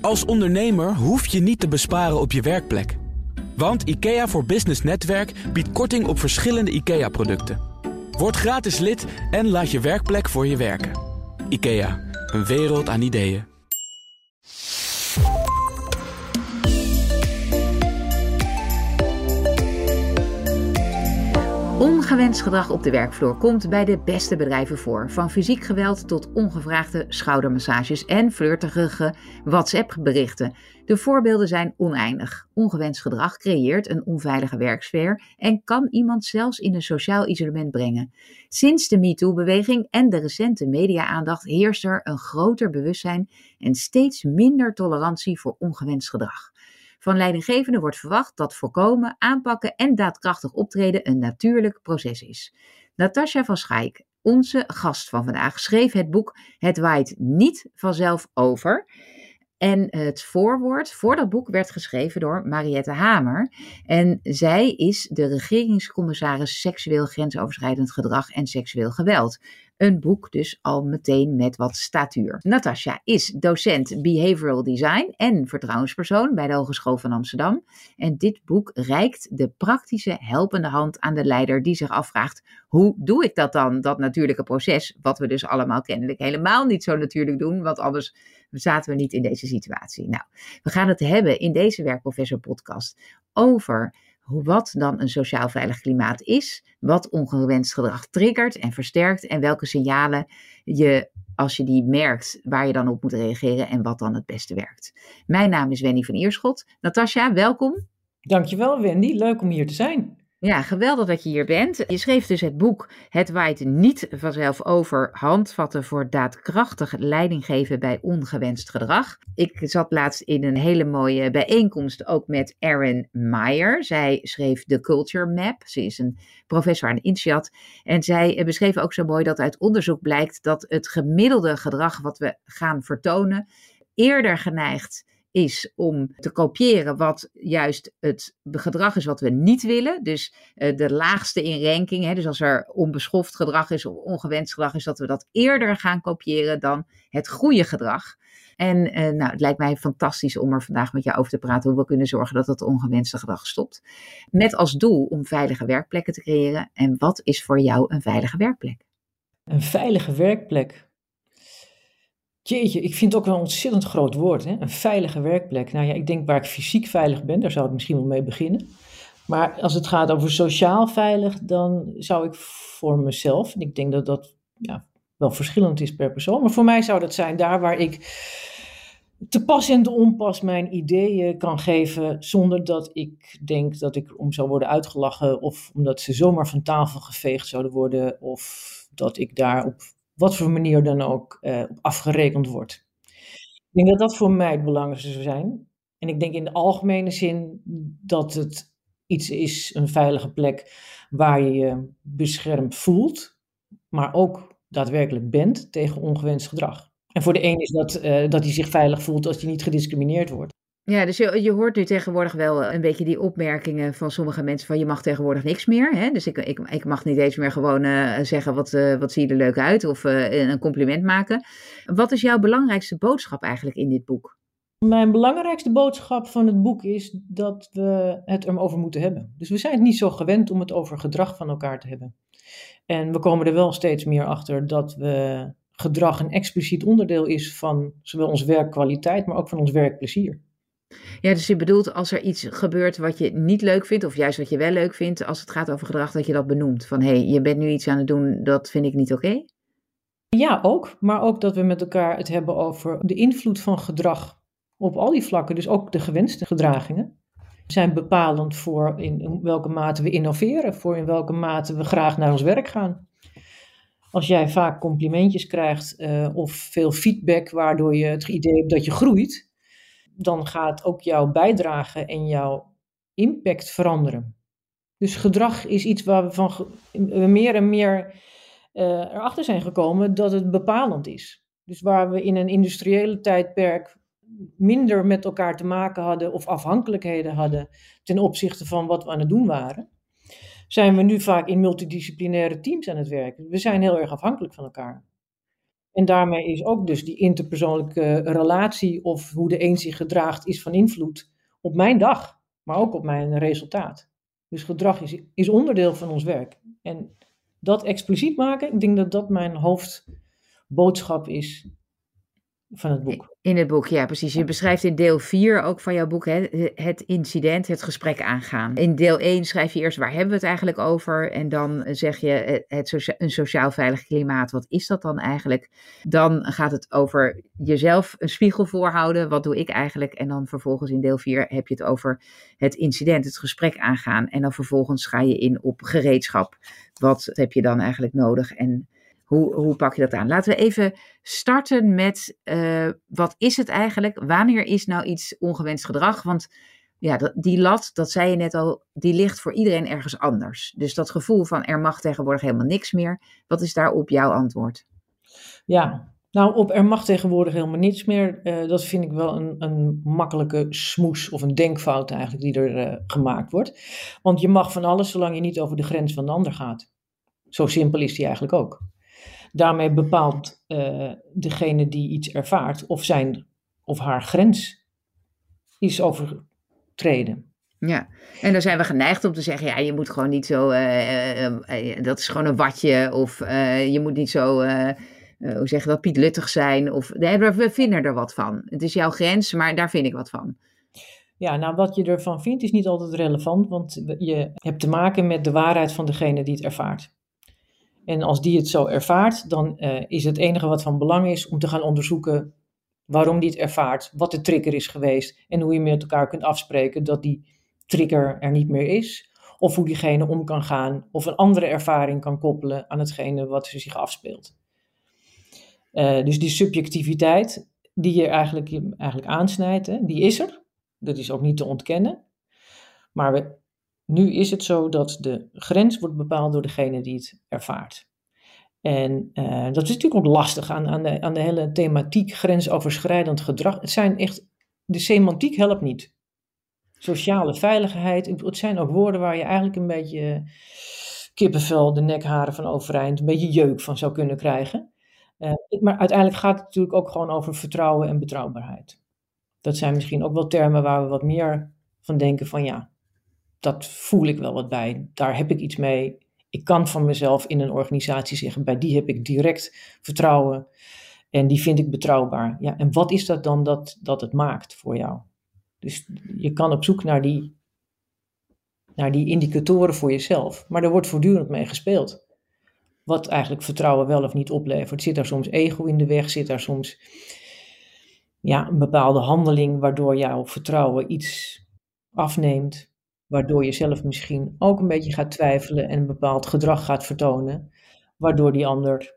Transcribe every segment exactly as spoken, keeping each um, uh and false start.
Als ondernemer hoef je niet te besparen op je werkplek. Want IKEA voor Business Netwerk biedt korting op verschillende IKEA-producten. Word gratis lid en laat je werkplek voor je werken. IKEA, een wereld aan ideeën. Ongewenst gedrag op de werkvloer komt bij de beste bedrijven voor. Van fysiek geweld tot ongevraagde schoudermassages en flirterige WhatsApp-berichten. De voorbeelden zijn oneindig. Ongewenst gedrag creëert een onveilige werksfeer en kan iemand zelfs in een sociaal isolement brengen. Sinds de MeToo-beweging en de recente media-aandacht heerst er een groter bewustzijn en steeds minder tolerantie voor ongewenst gedrag. Van leidinggevenden wordt verwacht dat voorkomen, aanpakken en daadkrachtig optreden een natuurlijk proces is. Natasja van Schaik, onze gast van vandaag, schreef het boek Het waait niet vanzelf over. En het voorwoord voor dat boek werd geschreven door Mariette Hamer. En zij is de regeringscommissaris seksueel grensoverschrijdend gedrag en seksueel geweld. Een boek dus al meteen met wat statuur. Natasja is docent Behavioral Design en vertrouwenspersoon bij de Hogeschool van Amsterdam. En dit boek reikt de praktische helpende hand aan de leider die zich afvraagt: hoe doe ik dat dan, dat natuurlijke proces? Wat we dus allemaal kennelijk helemaal niet zo natuurlijk doen, want anders zaten we niet in deze situatie. Nou, we gaan het hebben in deze Werkprofessor podcast over wat dan een sociaal veilig klimaat is, wat ongewenst gedrag triggert en versterkt en welke signalen je, als je die merkt, waar je dan op moet reageren en wat dan het beste werkt. Mijn naam is Wendy van Ierschot. Natasja, welkom. Dankjewel Wendy, leuk om hier te zijn. Ja, geweldig dat je hier bent. Je schreef dus het boek Het waait niet vanzelf over, handvatten voor daadkrachtig leidinggeven bij ongewenst gedrag. Ik zat laatst in een hele mooie bijeenkomst ook met Erin Meyer. Zij schreef The Culture Map. Ze is een professor aan de INSEAD. En zij beschreef ook zo mooi dat uit onderzoek blijkt dat het gemiddelde gedrag wat we gaan vertonen eerder geneigd is om te kopiëren wat juist het gedrag is wat we niet willen. Dus uh, de laagste in ranking. Hè, dus als er onbeschoft gedrag is of ongewenst gedrag is, dat we dat eerder gaan kopiëren dan het goede gedrag. En uh, nou, het lijkt mij fantastisch om er vandaag met jou over te praten hoe we kunnen zorgen dat het ongewenste gedrag stopt. Met als doel om veilige werkplekken te creëren. En wat is voor jou een veilige werkplek? Een veilige werkplek. Jeetje, ik vind het ook wel een ontzettend groot woord, hè? Een veilige werkplek. Nou ja, ik denk waar ik fysiek veilig ben, daar zou ik misschien wel mee beginnen. Maar als het gaat over sociaal veilig, dan zou ik voor mezelf, en ik denk dat dat ja, wel verschillend is per persoon, maar voor mij zou dat zijn daar waar ik te pas en te onpas mijn ideeën kan geven, zonder dat ik denk dat ik om zou worden uitgelachen, of omdat ze zomaar van tafel geveegd zouden worden, of dat ik daar op wat voor manier dan ook uh, op afgerekend wordt. Ik denk dat dat voor mij het belangrijkste zou zijn. En ik denk in de algemene zin dat het iets is, een veilige plek, waar je je beschermd voelt, maar ook daadwerkelijk bent tegen ongewenst gedrag. En voor de een is dat uh, dat hij zich veilig voelt als hij niet gediscrimineerd wordt. Ja, dus je, je hoort nu tegenwoordig wel een beetje die opmerkingen van sommige mensen van je mag tegenwoordig niks meer. Hè? Dus ik, ik, ik mag niet eens meer gewoon uh, zeggen wat, uh, wat zie je er leuk uit of uh, een compliment maken. Wat is jouw belangrijkste boodschap eigenlijk in dit boek? Mijn belangrijkste boodschap van het boek is dat we het erover moeten hebben. Dus we zijn het niet zo gewend om het over gedrag van elkaar te hebben. En we komen er wel steeds meer achter dat we gedrag een expliciet onderdeel is van zowel onze werkkwaliteit, maar ook van ons werkplezier. Ja, dus je bedoelt als er iets gebeurt wat je niet leuk vindt, of juist wat je wel leuk vindt, als het gaat over gedrag, dat je dat benoemt. Van hé, hey, je bent nu iets aan het doen, dat vind ik niet oké. Okay? Ja, ook. Maar ook dat we met elkaar het hebben over de invloed van gedrag op al die vlakken. Dus ook de gewenste gedragingen zijn bepalend voor in welke mate we innoveren, voor in welke mate we graag naar ons werk gaan. Als jij vaak complimentjes krijgt uh, of veel feedback waardoor je het idee hebt dat je groeit, dan gaat ook jouw bijdrage en jouw impact veranderen. Dus gedrag is iets waar we van ge- we meer en meer uh, erachter zijn gekomen dat het bepalend is. Dus waar we in een industriële tijdperk minder met elkaar te maken hadden of afhankelijkheden hadden ten opzichte van wat we aan het doen waren, zijn we nu vaak in multidisciplinaire teams aan het werken. We zijn heel erg afhankelijk van elkaar. En daarmee is ook dus die interpersoonlijke relatie of hoe de een zich gedraagt is van invloed op mijn dag, maar ook op mijn resultaat. Dus gedrag is, is onderdeel van ons werk. En dat expliciet maken, ik denk dat dat mijn hoofdboodschap is van het boek. In het boek, ja, precies. Je beschrijft in deel vier ook van jouw boek hè, het incident, het gesprek aangaan. In deel één schrijf je eerst waar hebben we het eigenlijk over en dan zeg je het socia- een sociaal veilig klimaat. Wat is dat dan eigenlijk? Dan gaat het over jezelf een spiegel voorhouden. Wat doe ik eigenlijk? En dan vervolgens in deel vier heb je het over het incident, het gesprek aangaan. En dan vervolgens ga je in op gereedschap. Wat heb je dan eigenlijk nodig en Hoe, hoe pak je dat aan? Laten we even starten met uh, wat is het eigenlijk? Wanneer is nou iets ongewenst gedrag? Want ja, dat, die lat, dat zei je net al, die ligt voor iedereen ergens anders. Dus dat gevoel van er mag tegenwoordig helemaal niks meer. Wat is daarop jouw antwoord? Ja, nou op er mag tegenwoordig helemaal niets meer. Uh, dat vind ik wel een, een makkelijke smoes of een denkfout eigenlijk die er uh, gemaakt wordt. Want je mag van alles zolang je niet over de grens van de ander gaat. Zo simpel is die eigenlijk ook. Daarmee bepaalt uh, degene die iets ervaart of zijn of haar grens is overtreden. Ja, en dan zijn we geneigd om te zeggen, ja, je moet gewoon niet zo, uh, uh, uh, dat is gewoon een watje, of uh, je moet niet zo, uh, uh, hoe zeg je dat, pietluttig zijn, of nee, we vinden er wat van. Het is jouw grens, maar daar vind ik wat van. Ja, nou wat je ervan vindt is niet altijd relevant, want je hebt te maken met de waarheid van degene die het ervaart. En als die het zo ervaart, dan uh, is het enige wat van belang is om te gaan onderzoeken waarom die het ervaart, wat de trigger is geweest en hoe je met elkaar kunt afspreken dat die trigger er niet meer is. Of hoe diegene om kan gaan of een andere ervaring kan koppelen aan hetgene wat er zich afspeelt. Uh, dus die subjectiviteit die je eigenlijk, eigenlijk aansnijdt, hè, die is er. Dat is ook niet te ontkennen. Maar we... Nu is het zo dat de grens wordt bepaald door degene die het ervaart. En uh, dat is natuurlijk ook lastig aan, aan, de, aan de hele thematiek grensoverschrijdend gedrag. Het zijn echt, de semantiek helpt niet. Sociale veiligheid, het zijn ook woorden waar je eigenlijk een beetje kippenvel, de nekharen van overeind, een beetje jeuk van zou kunnen krijgen. Uh, maar uiteindelijk gaat het natuurlijk ook gewoon over vertrouwen en betrouwbaarheid. Dat zijn misschien ook wel termen waar we wat meer van denken van ja, dat voel ik wel wat bij, daar heb ik iets mee. Ik kan van mezelf in een organisatie zeggen, bij die heb ik direct vertrouwen en die vind ik betrouwbaar. Ja, en wat is dat dan dat, dat het maakt voor jou? Dus je kan op zoek naar die, naar die indicatoren voor jezelf, maar er wordt voortdurend mee gespeeld. Wat eigenlijk vertrouwen wel of niet oplevert. Zit daar soms ego in de weg, zit daar soms ja, een bepaalde handeling waardoor jouw vertrouwen iets afneemt. Waardoor je zelf misschien ook een beetje gaat twijfelen en een bepaald gedrag gaat vertonen. Waardoor die ander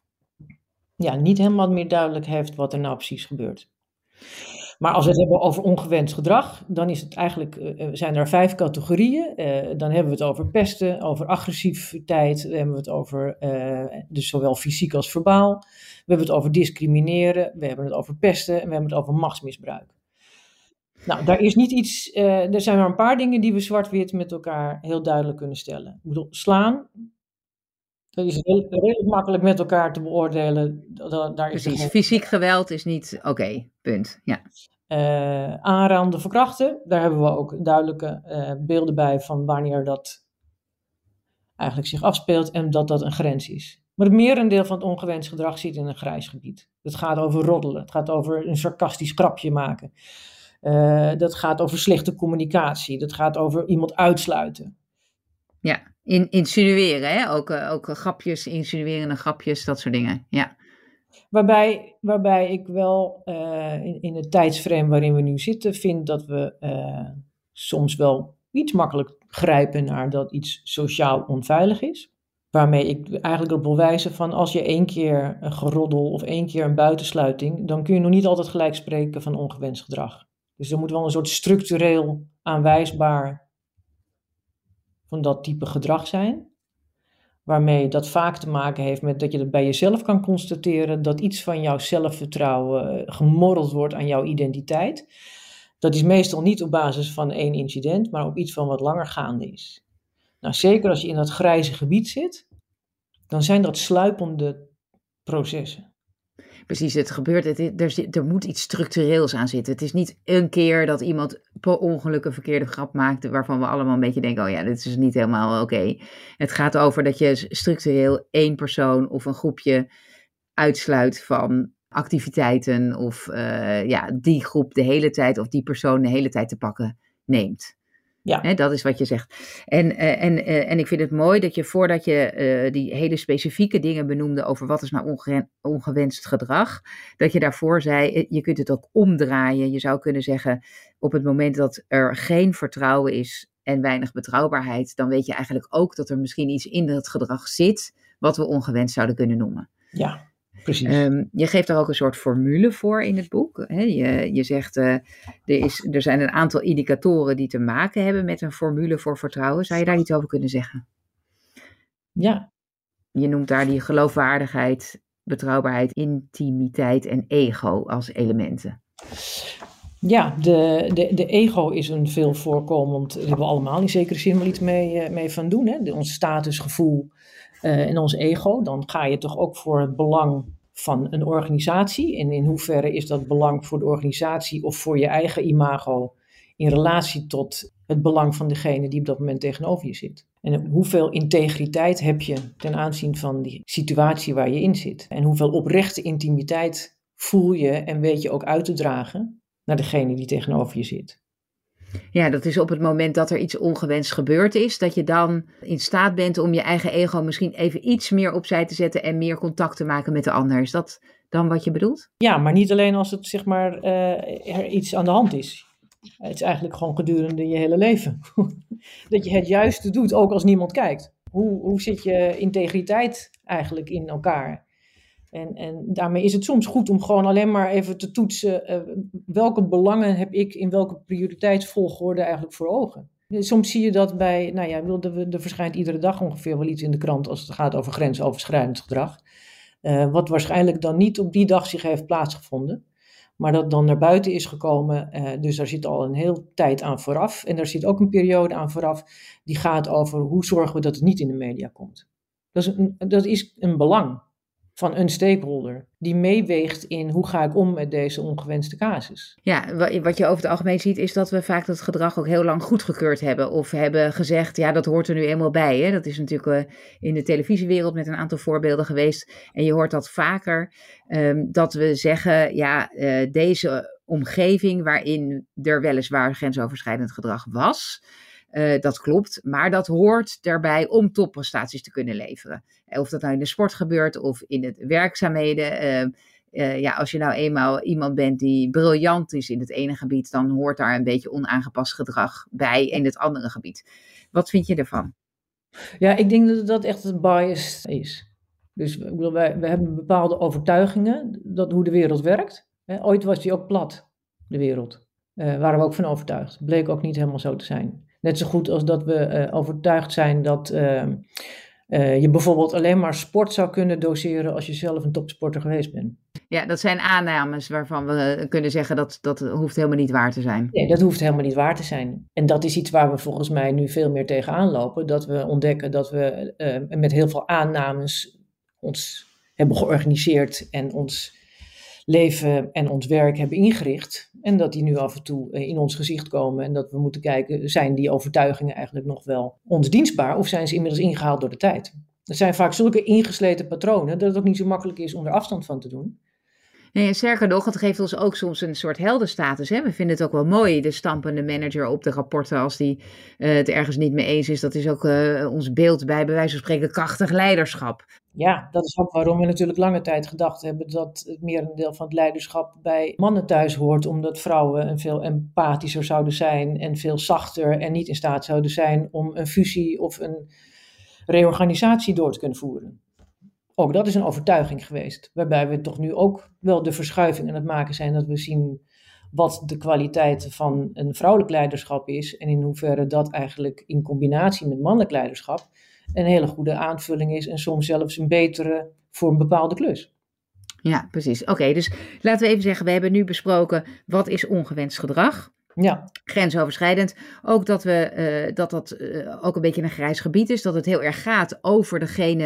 ja, niet helemaal meer duidelijk heeft wat er nou precies gebeurt. Maar als we het hebben over ongewenst gedrag, dan is het eigenlijk, uh, zijn er vijf categorieën. Uh, dan hebben we het over pesten, over agressiviteit, dan hebben we het over uh, dus zowel fysiek als verbaal. We hebben het over discrimineren, we hebben het over pesten en we hebben het over machtsmisbruik. Nou, daar is niet iets, uh, er zijn maar een paar dingen die we zwart-wit met elkaar heel duidelijk kunnen stellen. Ik bedoel, slaan, dat is heel, redelijk makkelijk met elkaar te beoordelen. Da, daar is Precies, gewoon... fysiek geweld is niet oké, okay, punt. Ja. Uh, aanranden, verkrachten, daar hebben we ook duidelijke uh, beelden bij van wanneer dat eigenlijk zich afspeelt en dat dat een grens is. Maar het merendeel van het ongewenst gedrag zit in een grijs gebied. Het gaat over roddelen, het gaat over een sarcastisch grapje maken. Uh, dat gaat over slechte communicatie. Dat gaat over iemand uitsluiten. Ja, in, insinueren, hè? Ook, uh, ook grapjes, insinuerende grapjes, dat soort dingen. Ja. Waarbij, waarbij ik wel uh, in, in het tijdsframe waarin we nu zitten, vind dat we uh, soms wel iets makkelijk grijpen naar dat iets sociaal onveilig is. Waarmee ik eigenlijk op wil wijzen van als je één keer een geroddel of één keer een buitensluiting, dan kun je nog niet altijd gelijk spreken van ongewenst gedrag. Dus er moet wel een soort structureel aanwijsbaar van dat type gedrag zijn. Waarmee dat vaak te maken heeft met dat je dat bij jezelf kan constateren. Dat iets van jouw zelfvertrouwen gemorreld wordt aan jouw identiteit. Dat is meestal niet op basis van één incident, maar op iets van wat langer gaande is. Nou, zeker als je in dat grijze gebied zit, dan zijn dat sluipende processen. Precies, het gebeurt, het, er, zit- er moet iets structureels aan zitten. Het is niet een keer dat iemand per ongeluk een verkeerde grap maakt, waarvan we allemaal een beetje denken, oh ja, dit is niet helemaal oké. Het gaat over dat je structureel één persoon of een groepje uitsluit van activiteiten of uh, ja, die groep de hele tijd of die persoon de hele tijd te pakken neemt. Ja. Hè, dat is wat je zegt. En, uh, en, uh, en ik vind het mooi dat je voordat je uh, die hele specifieke dingen benoemde over wat is nou onge- ongewenst gedrag, dat je daarvoor zei, je kunt het ook omdraaien. Je zou kunnen zeggen, op het moment dat er geen vertrouwen is en weinig betrouwbaarheid, dan weet je eigenlijk ook dat er misschien iets in het gedrag zit wat we ongewenst zouden kunnen noemen. Ja, precies. Um, je geeft daar ook een soort formule voor in het boek. Hè? Je, je zegt, uh, er, is, er zijn een aantal indicatoren die te maken hebben met een formule voor vertrouwen. Zou je daar iets over kunnen zeggen? Ja. Je noemt daar die geloofwaardigheid, betrouwbaarheid, intimiteit en ego als elementen. Ja, de, de, de ego is een veel voorkomend, daar hebben we allemaal in zekere zin wel iets mee, mee van doen. Hè? De, ons statusgevoel uh, en ons ego. Dan ga je toch ook voor het belang van een organisatie. En in hoeverre is dat belang voor de organisatie of voor je eigen imago in relatie tot het belang van degene die op dat moment tegenover je zit. En hoeveel integriteit heb je ten aanzien van die situatie waar je in zit. En hoeveel oprechte intimiteit voel je en weet je ook uit te dragen naar degene die tegenover je zit. Ja, dat is op het moment dat er iets ongewenst gebeurd is, dat je dan in staat bent om je eigen ego misschien even iets meer opzij te zetten en meer contact te maken met de ander. Is dat dan wat je bedoelt? Ja, maar niet alleen als het zeg maar uh, er iets aan de hand is. Het is eigenlijk gewoon gedurende je hele leven. Dat je het juiste doet, ook als niemand kijkt. Hoe, hoe zit je integriteit eigenlijk in elkaar? En, en daarmee is het soms goed om gewoon alleen maar even te toetsen uh, welke belangen heb ik in welke prioriteitsvolgorde eigenlijk voor ogen. Soms zie je dat bij, nou ja, er, er verschijnt iedere dag ongeveer wel iets in de krant als het gaat over grensoverschrijdend gedrag. Uh, wat waarschijnlijk dan niet op die dag zich heeft plaatsgevonden. Maar dat dan naar buiten is gekomen, uh, dus daar zit al een hele tijd aan vooraf. En daar zit ook een periode aan vooraf die gaat over hoe zorgen we dat het niet in de media komt. Dat is een, dat is een belang van een stakeholder die meeweegt in hoe ga ik om met deze ongewenste casus. Ja, wat je over het algemeen ziet is dat we vaak dat gedrag ook heel lang goedgekeurd hebben. Of hebben gezegd, ja, dat hoort er nu eenmaal bij. Hè? Dat is natuurlijk uh, in de televisiewereld met een aantal voorbeelden geweest. En je hoort dat vaker, um, dat we zeggen, ja, uh, deze omgeving waarin er weliswaar grensoverschrijdend gedrag was, Uh, dat klopt, maar dat hoort daarbij om topprestaties te kunnen leveren. Of dat nou in de sport gebeurt of in het werkzaamheden. Uh, uh, ja, als je nou eenmaal iemand bent die briljant is in het ene gebied, dan hoort daar een beetje onaangepast gedrag bij in het andere gebied. Wat vind je ervan? Ja, ik denk dat dat echt een bias is. Dus ik bedoel, wij, wij hebben bepaalde overtuigingen, dat hoe de wereld werkt. He, ooit was die ook plat, de wereld. Uh, waren we ook van overtuigd. Bleek ook niet helemaal zo te zijn. Net zo goed als dat we uh, overtuigd zijn dat uh, uh, je bijvoorbeeld alleen maar sport zou kunnen doseren als je zelf een topsporter geweest bent. Ja, dat zijn aannames waarvan we kunnen zeggen dat dat hoeft helemaal niet waar te zijn. Nee, dat hoeft helemaal niet waar te zijn. En dat is iets waar we volgens mij nu veel meer tegenaan lopen. Dat we ontdekken dat we uh, met heel veel aannames ons hebben georganiseerd en ons leven en ons werk hebben ingericht. En dat die nu af en toe in ons gezicht komen. En dat we moeten kijken, zijn die overtuigingen eigenlijk nog wel ons dienstbaar? Of zijn ze inmiddels ingehaald door de tijd? Het zijn vaak zulke ingesleten patronen dat het ook niet zo makkelijk is om er afstand van te doen. Nee, sterker nog, het geeft ons ook soms een soort heldenstatus. Hè? We vinden het ook wel mooi, de stampende manager op de rapporten als die uh, het ergens niet mee eens is. Dat is ook uh, ons beeld bij, bij wijze van spreken, krachtig leiderschap. Ja, dat is ook waarom we natuurlijk lange tijd gedacht hebben dat het merendeel van het leiderschap bij mannen thuis hoort. Omdat vrouwen een veel empathischer zouden zijn en veel zachter en niet in staat zouden zijn om een fusie of een reorganisatie door te kunnen voeren. Ook dat is een overtuiging geweest, waarbij we toch nu ook wel de verschuiving aan het maken zijn dat we zien wat de kwaliteit van een vrouwelijk leiderschap is en in hoeverre dat eigenlijk in combinatie met mannelijk leiderschap een hele goede aanvulling is en soms zelfs een betere voor een bepaalde klus. Ja, precies. Oké, okay, dus laten we even zeggen, we hebben nu besproken wat is ongewenst gedrag. Ja. Grensoverschrijdend. Ook dat we, uh, dat dat uh, ook een beetje een grijs gebied is, dat het heel erg gaat over degene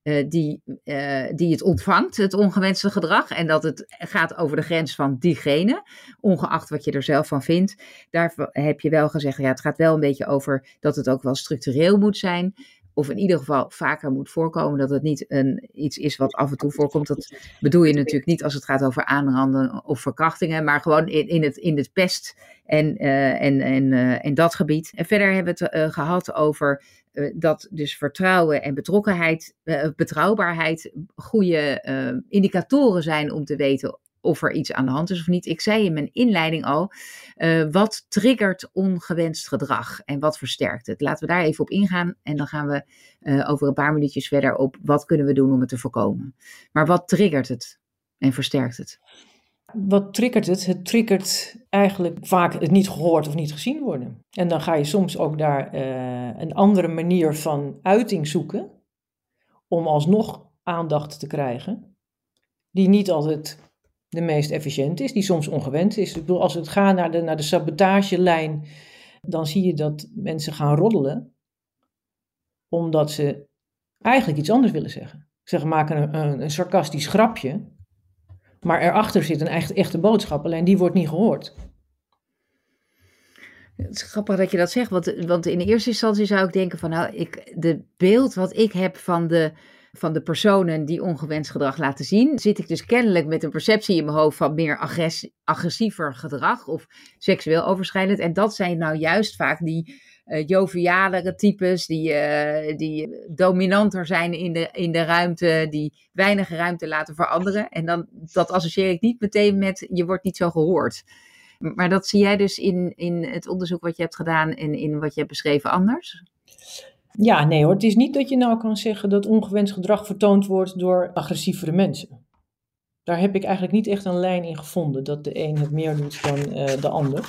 uh, die, uh, die het ontvangt, het ongewenste gedrag. En dat het gaat over de grens van diegene, ongeacht wat je er zelf van vindt. Daar heb je wel gezegd, ja, het gaat wel een beetje over dat het ook wel structureel moet zijn. Of in ieder geval vaker moet voorkomen, dat het niet een, iets is wat af en toe voorkomt. Dat bedoel je natuurlijk niet als het gaat over aanranden of verkrachtingen, maar gewoon in, in, het, in het pest en, uh, en, en, uh, en dat gebied. En verder hebben we het uh, gehad over uh, dat dus vertrouwen en betrokkenheid, uh, betrouwbaarheid goede uh, indicatoren zijn om te weten of er iets aan de hand is of niet. Ik zei in mijn inleiding al, uh, wat triggert ongewenst gedrag en wat versterkt het? Laten we daar even op ingaan en dan gaan we uh, over een paar minuutjes verder op wat kunnen we doen om het te voorkomen. Maar wat triggert het en versterkt het? Wat triggert het? Het triggert eigenlijk vaak het niet gehoord of niet gezien worden. En dan ga je soms ook daar uh, een andere manier van uiting zoeken om alsnog aandacht te krijgen, die niet altijd de meest efficiënt is, die soms ongewend is. Ik bedoel, als het gaat naar de, naar de sabotagelijn, dan zie je dat mensen gaan roddelen, omdat ze eigenlijk iets anders willen zeggen. Ze maken een, een, een sarcastisch grapje, maar erachter zit een echt, echte boodschap, alleen die wordt niet gehoord. Het is grappig dat je dat zegt, want, want in eerste instantie zou ik denken van, nou, ik, de beeld wat ik heb van de van de personen die ongewenst gedrag laten zien, zit ik dus kennelijk met een perceptie in mijn hoofd van meer agressie, agressiever gedrag of seksueel overschrijdend. En dat zijn nou juist vaak die uh, jovialere types, die, uh, die dominanter zijn in de, in de ruimte, die weinig ruimte laten voor anderen. En dan, dat associeer ik niet meteen met je wordt niet zo gehoord. Maar dat zie jij dus in, in het onderzoek wat je hebt gedaan en in wat je hebt beschreven anders? Ja, nee hoor. Het is niet dat je nou kan zeggen dat ongewenst gedrag vertoond wordt door agressievere mensen. Daar heb ik eigenlijk niet echt een lijn in gevonden, dat de een het meer doet dan uh, de ander.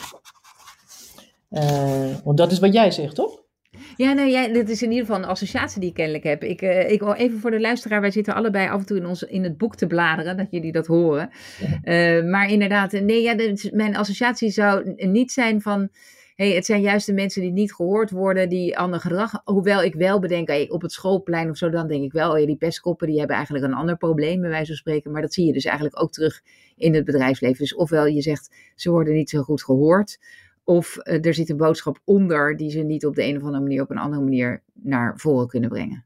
Uh, want dat is wat jij zegt, toch? Ja, nou, jij, dit is in ieder geval een associatie die ik kennelijk heb. Ik, uh, ik wil even voor de luisteraar, wij zitten allebei af en toe in, ons, in het boek te bladeren, dat jullie dat horen. Uh, maar inderdaad, nee, ja, de, mijn associatie zou niet zijn van, hey, het zijn juist de mensen die niet gehoord worden, die ander gedrag, hoewel ik wel bedenk, hey, op het schoolplein of zo, dan denk ik wel, oh ja, die pestkoppen, die hebben eigenlijk een ander probleem, bij wijze van spreken, maar dat zie je dus eigenlijk ook terug in het bedrijfsleven. Dus ofwel je zegt, ze worden niet zo goed gehoord, of uh, er zit een boodschap onder die ze niet op de een of andere manier op een andere manier naar voren kunnen brengen.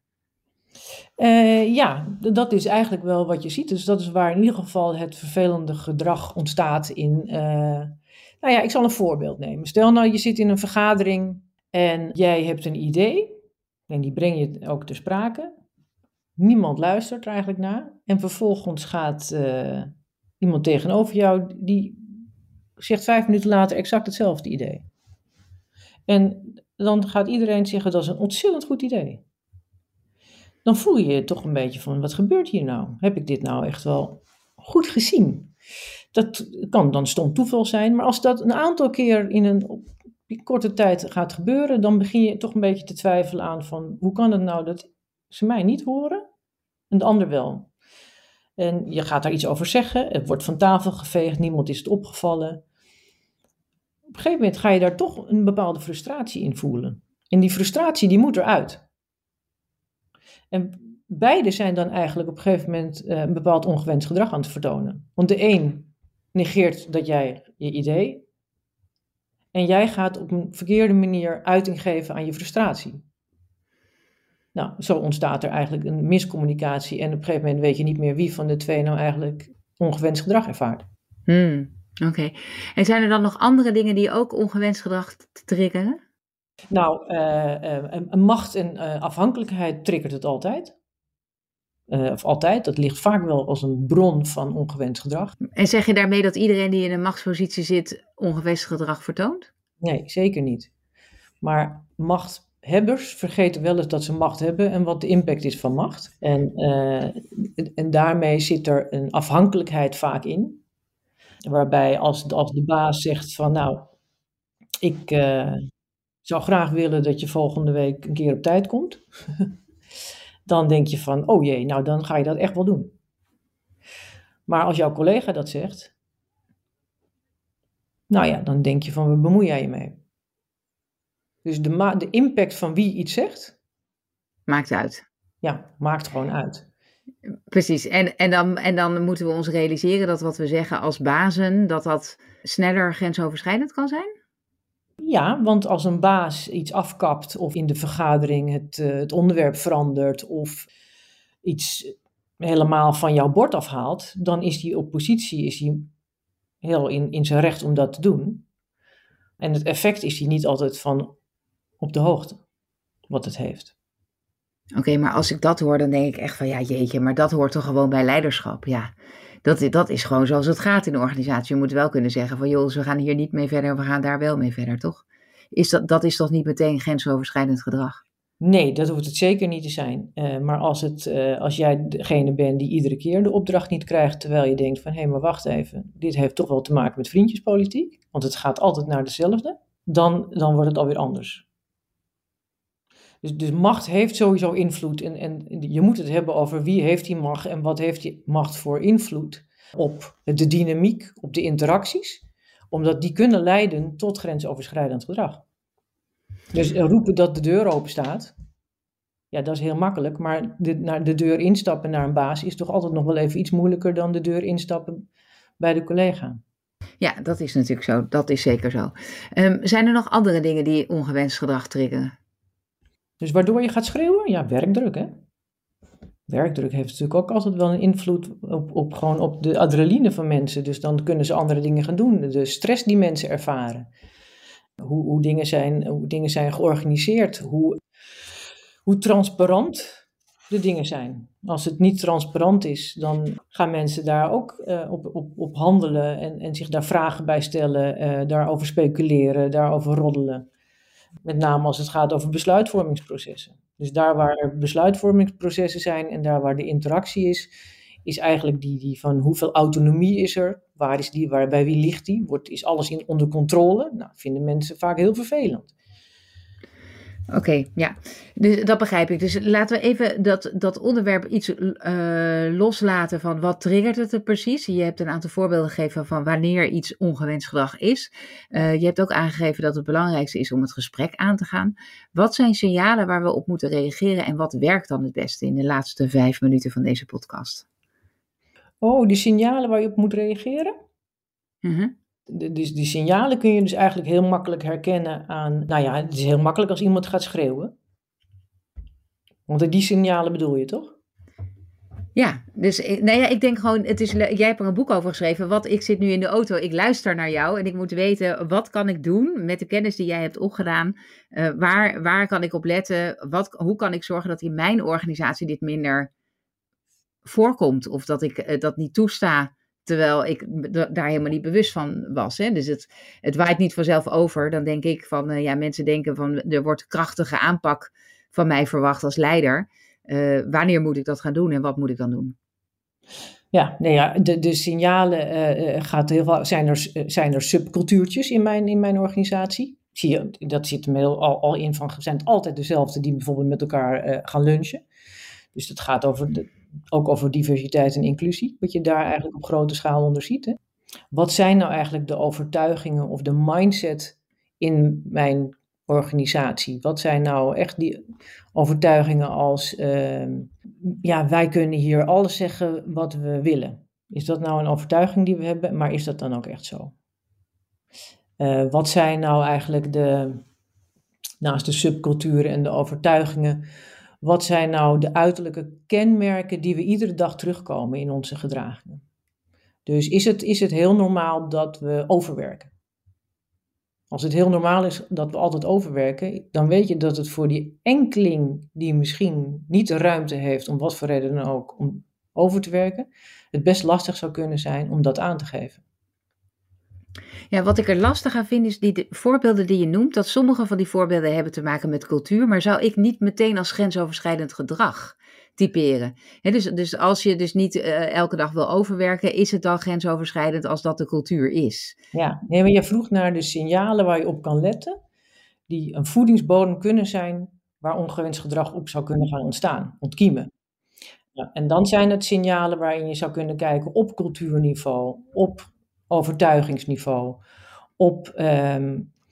Uh, ja, dat is eigenlijk wel wat je ziet. Dus dat is waar in ieder geval het vervelende gedrag ontstaat in... Uh, nou ja, ik zal een voorbeeld nemen. Stel nou, je zit in een vergadering en jij hebt een idee. En die breng je ook ter sprake. Niemand luistert er eigenlijk naar. En vervolgens gaat uh, iemand tegenover jou, die zegt vijf minuten later exact hetzelfde idee. En dan gaat iedereen zeggen, dat is een ontzettend goed idee. Dan voel je je toch een beetje van, wat gebeurt hier nou? Heb ik dit nou echt wel goed gezien? Dat kan dan stom toeval zijn, maar als dat een aantal keer in een korte tijd gaat gebeuren, dan begin je toch een beetje te twijfelen aan van, hoe kan het nou dat ze mij niet horen en de ander wel? En je gaat daar iets over zeggen, het wordt van tafel geveegd, niemand is het opgevallen. Op een gegeven moment ga je daar toch een bepaalde frustratie in voelen. En die frustratie die moet eruit. En beide zijn dan eigenlijk op een gegeven moment uh, een bepaald ongewenst gedrag aan het vertonen. Want de een negeert dat jij je idee en jij gaat op een verkeerde manier uiting geven aan je frustratie. Nou, zo ontstaat er eigenlijk een miscommunicatie en op een gegeven moment weet je niet meer wie van de twee nou eigenlijk ongewenst gedrag ervaart. Hmm, Oké. Okay. En zijn er dan nog andere dingen die ook ongewenst gedrag triggeren? Nou, uh, uh, macht en uh, afhankelijkheid triggert het altijd. Uh, of altijd, dat ligt vaak wel als een bron van ongewenst gedrag. En zeg je daarmee dat iedereen die in een machtspositie zit ongewenst gedrag vertoont? Nee, zeker niet. Maar machthebbers vergeten wel eens dat ze macht hebben en wat de impact is van macht. En, uh, en daarmee zit er een afhankelijkheid vaak in. Waarbij als, als de baas zegt van nou, ik uh, zou graag willen dat je volgende week een keer op tijd komt. Dan denk je van, oh jee, nou dan ga je dat echt wel doen. Maar als jouw collega dat zegt, nou ja, dan denk je van, waar bemoei jij je mee? Dus de, ma- de impact van wie iets zegt, maakt uit. ja, maakt gewoon uit. Precies, en, en, dan, en dan moeten we ons realiseren dat wat we zeggen als bazen, dat dat sneller grensoverschrijdend kan zijn? Ja, want als een baas iets afkapt of in de vergadering het, uh, het onderwerp verandert of iets helemaal van jouw bord afhaalt, dan is die op positie is die heel in, in zijn recht om dat te doen. En het effect is die niet altijd van op de hoogte, wat het heeft. Oké, okay, maar als ik dat hoor, dan denk ik echt van ja jeetje, maar dat hoort toch gewoon bij leiderschap. Ja, dat, dat is gewoon zoals het gaat in de organisatie. Je moet wel kunnen zeggen van joh, we gaan hier niet mee verder, we gaan daar wel mee verder, toch? Is dat, dat is toch niet meteen grensoverschrijdend gedrag? Nee, dat hoeft het zeker niet te zijn. Uh, maar als, het, uh, als jij degene bent die iedere keer de opdracht niet krijgt, terwijl je denkt van hé, hey, maar wacht even, dit heeft toch wel te maken met vriendjespolitiek, want het gaat altijd naar dezelfde, dan, dan wordt het alweer anders. Dus, dus macht heeft sowieso invloed en, en je moet het hebben over wie heeft die macht en wat heeft die macht voor invloed op de dynamiek, op de interacties, omdat die kunnen leiden tot grensoverschrijdend gedrag. Dus roepen dat de deur open staat, ja, dat is heel makkelijk, maar de, naar de deur instappen naar een baas is toch altijd nog wel even iets moeilijker dan de deur instappen bij de collega. Ja, dat is natuurlijk zo, dat is zeker zo. Um, zijn er nog andere dingen die ongewenst gedrag triggeren? Dus waardoor je gaat schreeuwen? Ja, werkdruk, hè. Werkdruk heeft natuurlijk ook altijd wel een invloed op, op, gewoon op de adrenaline van mensen. Dus dan kunnen ze andere dingen gaan doen. De stress die mensen ervaren. Hoe, hoe, dingen, zijn, hoe dingen zijn georganiseerd. Hoe, hoe transparant de dingen zijn. Als het niet transparant is, dan gaan mensen daar ook uh, op, op, op handelen. En, en zich daar vragen bij stellen. Uh, daarover speculeren, daarover roddelen. Met name als het gaat over besluitvormingsprocessen. Dus daar waar er besluitvormingsprocessen zijn en daar waar de interactie is, is eigenlijk die, die van hoeveel autonomie is er, waar is die, waar, bij wie ligt die, wordt, is alles in, onder controle? Nou, vinden mensen vaak heel vervelend. Oké, okay, ja, dus dat begrijp ik. Dus laten we even dat, dat onderwerp iets uh, loslaten van wat triggert het er precies. Je hebt een aantal voorbeelden gegeven van wanneer iets ongewenst gedrag is. Uh, je hebt ook aangegeven dat het belangrijkste is om het gesprek aan te gaan. Wat zijn signalen waar we op moeten reageren en wat werkt dan het beste in de laatste vijf minuten van deze podcast? Oh, die signalen waar je op moet reageren? Uh-huh. De, dus die signalen kun je dus eigenlijk heel makkelijk herkennen aan, nou ja, het is heel makkelijk als iemand gaat schreeuwen. Want die signalen bedoel je toch? Ja, dus nou ja, ik denk gewoon, het is, jij hebt er een boek over geschreven. Wat, ik zit nu in de auto, ik luister naar jou en ik moet weten, wat kan ik doen met de kennis die jij hebt opgedaan? Uh, waar, waar kan ik op letten? Wat, hoe kan ik zorgen dat in mijn organisatie dit minder voorkomt? Of dat ik uh, dat niet toesta? Terwijl ik d- daar helemaal niet bewust van was. Hè? Dus het, het waait niet vanzelf over. Dan denk ik van, uh, ja, mensen denken van, er wordt krachtige aanpak van mij verwacht als leider. Uh, wanneer moet ik dat gaan doen en wat moet ik dan doen? Ja, nee, ja de, de signalen uh, gaat heel veel, zijn, er, zijn er subcultuurtjes in mijn, in mijn organisatie. Zie je, dat zit er heel, al, al in van, zijn het altijd dezelfde die bijvoorbeeld met elkaar uh, gaan lunchen. Dus het gaat over de, ook over diversiteit en inclusie, wat je daar eigenlijk op grote schaal onder ziet. Hè? Wat zijn nou eigenlijk de overtuigingen of de mindset in mijn organisatie? Wat zijn nou echt die overtuigingen als, uh, ja, wij kunnen hier alles zeggen wat we willen. Is dat nou een overtuiging die we hebben, maar is dat dan ook echt zo? Uh, wat zijn nou eigenlijk de, naast de subculturen en de overtuigingen, wat zijn nou de uiterlijke kenmerken die we iedere dag terugkomen in onze gedragingen? Dus is het, is het heel normaal dat we overwerken? Als het heel normaal is dat we altijd overwerken, dan weet je dat het voor die enkeling die misschien niet de ruimte heeft, om wat voor reden dan ook, om over te werken, het best lastig zou kunnen zijn om dat aan te geven. Ja, wat ik er lastig aan vind is die de voorbeelden die je noemt, dat sommige van die voorbeelden hebben te maken met cultuur, maar zou ik niet meteen als grensoverschrijdend gedrag typeren. He, dus, dus als je dus niet uh, elke dag wil overwerken, is het dan grensoverschrijdend als dat de cultuur is? Ja, nee, maar je vroeg naar de signalen waar je op kan letten, die een voedingsbodem kunnen zijn waar ongewenst gedrag op zou kunnen gaan ontstaan, ontkiemen. Ja, en dan zijn het signalen waarin je zou kunnen kijken op cultuurniveau, op overtuigingsniveau, op, um,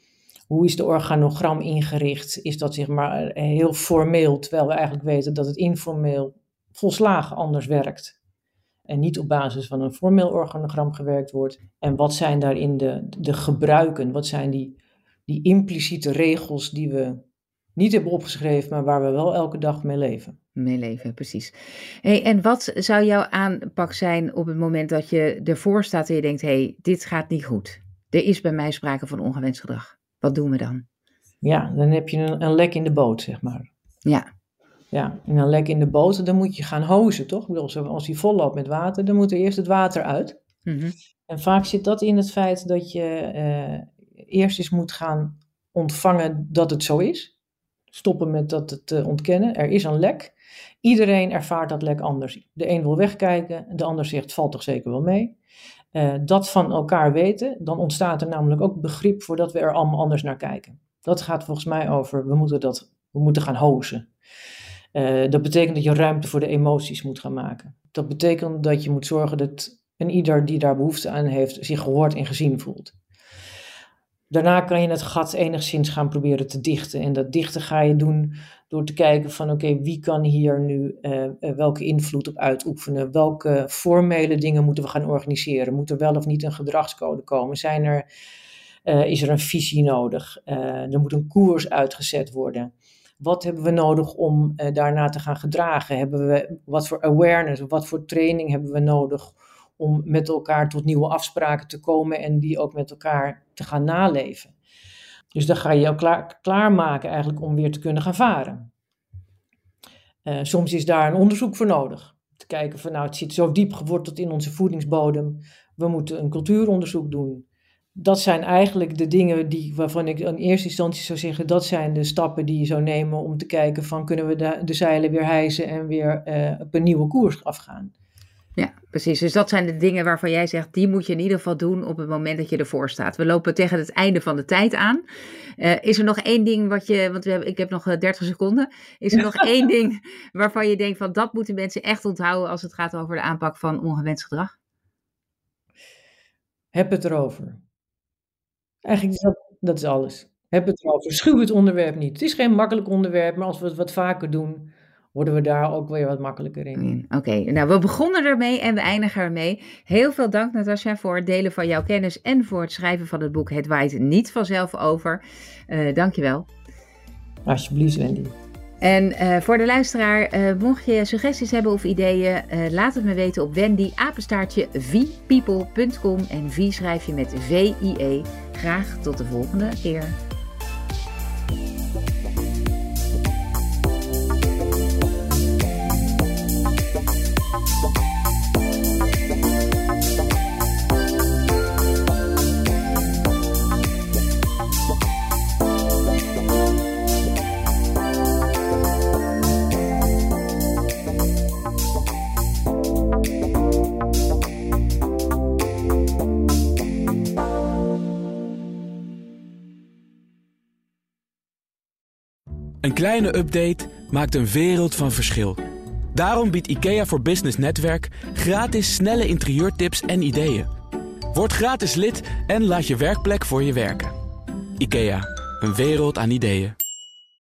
Hoe is de organogram ingericht? Is dat zeg maar heel formeel, terwijl we eigenlijk weten dat het informeel volslagen anders werkt. En niet op basis van een formeel organogram gewerkt wordt. En wat zijn daarin de, de gebruiken? Wat zijn die, die impliciete regels die we niet hebben opgeschreven, maar waar we wel elke dag mee leven? Mee leven, precies. Hey, en wat zou jouw aanpak zijn op het moment dat je ervoor staat en je denkt, hé, hey, dit gaat niet goed. Er is bij mij sprake van ongewenst gedrag. Wat doen we dan? Ja, dan heb je een, een lek in de boot, zeg maar. Ja. Ja, en een lek in de boot, dan moet je gaan hozen, toch? Ik bedoel, als die vol loopt met water, dan moet er eerst het water uit. Mm-hmm. En vaak zit dat in het feit dat je uh, eerst eens moet gaan ontvangen dat het zo is. Stoppen met dat het uh, ontkennen. Er is een lek. Iedereen ervaart dat lek anders. De een wil wegkijken, de ander zegt, valt toch zeker wel mee. Uh, dat van elkaar weten, dan ontstaat er namelijk ook begrip voor dat we er allemaal anders naar kijken. Dat gaat volgens mij over, we moeten, dat, we moeten gaan hozen. Uh, dat betekent dat je ruimte voor de emoties moet gaan maken. Dat betekent dat je moet zorgen dat een ieder die daar behoefte aan heeft, zich gehoord en gezien voelt. Daarna kan je het gat enigszins gaan proberen te dichten. En dat dichten ga je doen door te kijken van oké, okay, wie kan hier nu uh, welke invloed op uitoefenen? Welke formele dingen moeten we gaan organiseren? Moet er wel of niet een gedragscode komen? Zijn er, uh, is er een visie nodig? Uh, er moet een koers uitgezet worden. Wat hebben we nodig om uh, daarna te gaan gedragen? Hebben we, wat voor awareness, wat voor training hebben we nodig om met elkaar tot nieuwe afspraken te komen en die ook met elkaar te gaan naleven? Dus dan ga je jou klaar, klaarmaken eigenlijk om weer te kunnen gaan varen. Uh, soms is daar een onderzoek voor nodig. Te kijken van nou, het zit zo diep geworteld in onze voedingsbodem. We moeten een cultuuronderzoek doen. Dat zijn eigenlijk de dingen die, waarvan ik in eerste instantie zou zeggen, dat zijn de stappen die je zou nemen om te kijken van kunnen we de, de zeilen weer hijsen en weer uh, op een nieuwe koers afgaan. Ja, precies. Dus dat zijn de dingen waarvan jij zegt, die moet je in ieder geval doen op het moment dat je ervoor staat. We lopen tegen het einde van de tijd aan. Uh, is er nog één ding wat je, want we hebben, ik heb nog dertig seconden. Is er nog één ding waarvan je denkt van dat moeten mensen echt onthouden als het gaat over de aanpak van ongewenst gedrag? Heb het erover. Eigenlijk is dat, dat is alles. Heb het erover. Schuw het onderwerp niet. Het is geen makkelijk onderwerp, maar als we het wat vaker doen, worden we daar ook weer wat makkelijker in. Oké, okay, nou we begonnen ermee en we eindigen ermee. Heel veel dank Natasja voor het delen van jouw kennis en voor het schrijven van het boek Het waait niet vanzelf over. Uh, dankjewel. Alsjeblieft, Wendy. En uh, voor de luisteraar, uh, mocht je suggesties hebben of ideeën, uh, laat het me weten op wendy apenstaartje v people punt com en V schrijf je met V I E. Graag tot de volgende keer. Een kleine update maakt een wereld van verschil. Daarom biedt IKEA voor Business Netwerk gratis snelle interieurtips en ideeën. Word gratis lid en laat je werkplek voor je werken. IKEA, een wereld aan ideeën.